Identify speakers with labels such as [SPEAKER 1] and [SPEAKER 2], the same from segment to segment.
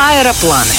[SPEAKER 1] Аэропланы.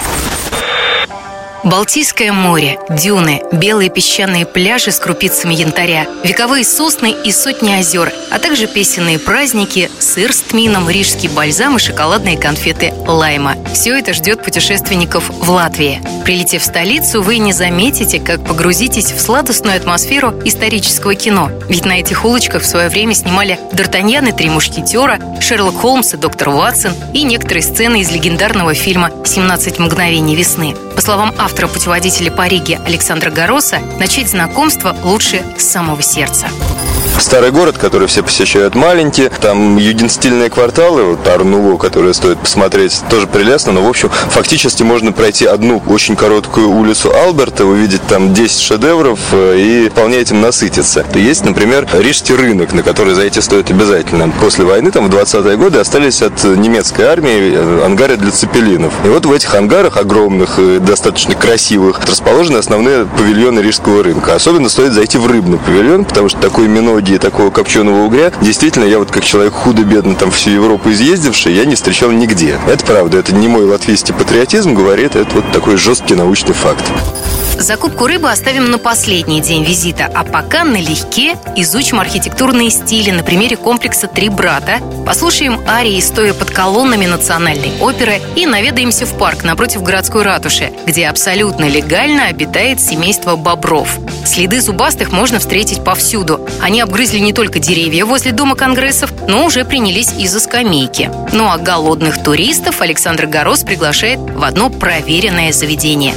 [SPEAKER 1] Балтийское море, дюны, белые песчаные пляжи с крупицами янтаря, вековые сосны и сотни озер, а также песенные праздники, сыр с тмином, рижский бальзам и шоколадные конфеты лайма. Все это ждет путешественников в Латвии. Прилетев в столицу, вы не заметите, как погрузитесь в сладостную атмосферу исторического кино. Ведь на этих улочках в свое время снимали «Д'Артаньян и три мушкетера», «Шерлок Холмс и доктор Ватсон» и некоторые сцены из легендарного фильма «17 мгновений весны». По словам автора путеводителя по Риге Александра Гароса, начать знакомство лучше с самого сердца.
[SPEAKER 2] Старый город, который все посещают, маленький. Там югенстильные кварталы, вот Ар-Нуво, которые стоит посмотреть, тоже прелестно. Но, в общем, фактически можно пройти одну очень короткую улицу Алберта, увидеть там 10 шедевров и вполне этим насытиться. Есть, например, Рижский рынок, на который зайти стоит обязательно. После войны, там, в 20-е годы остались от немецкой армии ангары для цепелинов. И вот в этих ангарах огромных и достаточно красивых расположены основные павильоны Рижского рынка. Особенно стоит зайти в рыбный павильон, потому что такой миноги и такого копченого угря, действительно, я вот как человек худо-бедно там всю Европу изъездивший, я не встречал нигде. Это правда, это не мой латвийский патриотизм говорит, это вот такой жесткий научный факт.
[SPEAKER 1] Закупку рыбы оставим на последний день визита, а пока налегке изучим архитектурные стили на примере комплекса «Три брата», послушаем арии, стоя под колоннами Национальной оперы, и наведаемся в парк напротив городской ратуши, где абсолютно легально обитает семейство бобров. Следы зубастых можно встретить повсюду. Они обгрызли не только деревья возле Дома конгрессов, но уже принялись и за скамейки. Ну а голодных туристов Александр Гарос приглашает в одно проверенное заведение.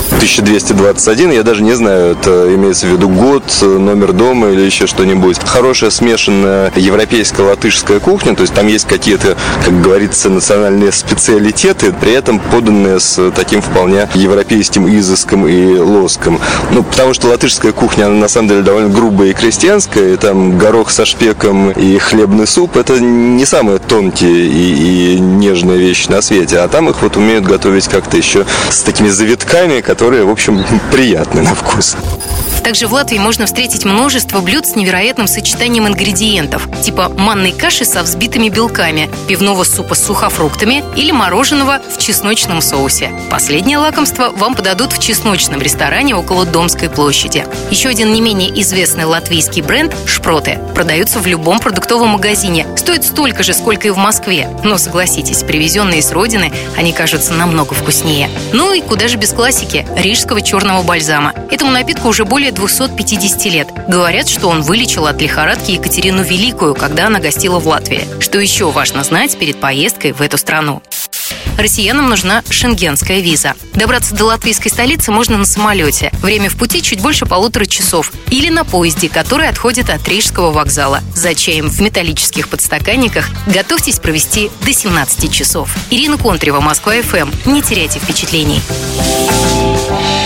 [SPEAKER 2] 1221, я даже не знаю, это имеется в виду год, номер дома или еще что-нибудь. Хорошая смешанная европейская латышская кухня, то есть там есть какие-то, как говорится, национальные специалитеты, при этом поданные с таким вполне европейским изыском и лоском. Ну, потому что латышская кухня, она на самом деле довольно грубая и крестьянская, и там горох со шпеком и хлебный суп, это не самые тонкие и нежные вещи на свете, а там их вот умеют готовить как-то еще с такими завитками, которые, в общем, приятны на вкус.
[SPEAKER 1] Также в Латвии можно встретить множество блюд с невероятным сочетанием ингредиентов, типа манной каши со взбитыми белками, пивного супа с сухофруктами или мороженого в чесночном соусе. Последнее лакомство вам подадут в чесночном ресторане около Домской площади. Еще один не менее известный латвийский бренд – шпроты. Продаются в любом продуктовом магазине. Стоят столько же, сколько и в Москве. Но согласитесь, привезенные с родины, они кажутся намного вкуснее. Ну и куда же без классики – рижского черного бальзама. Этому напитку уже более 250 лет. Говорят, что он вылечил от лихорадки Екатерину Великую, когда она гостила в Латвии. Что еще важно знать перед поездкой в эту страну? Россиянам нужна шенгенская виза. Добраться до латвийской столицы можно на самолете. Время в пути чуть больше 1,5 часов. Или на поезде, который отходит от Рижского вокзала. За чаем в металлических подстаканниках готовьтесь провести до 17 часов. Ирина Контрева, Москва ФМ. Не теряйте впечатлений.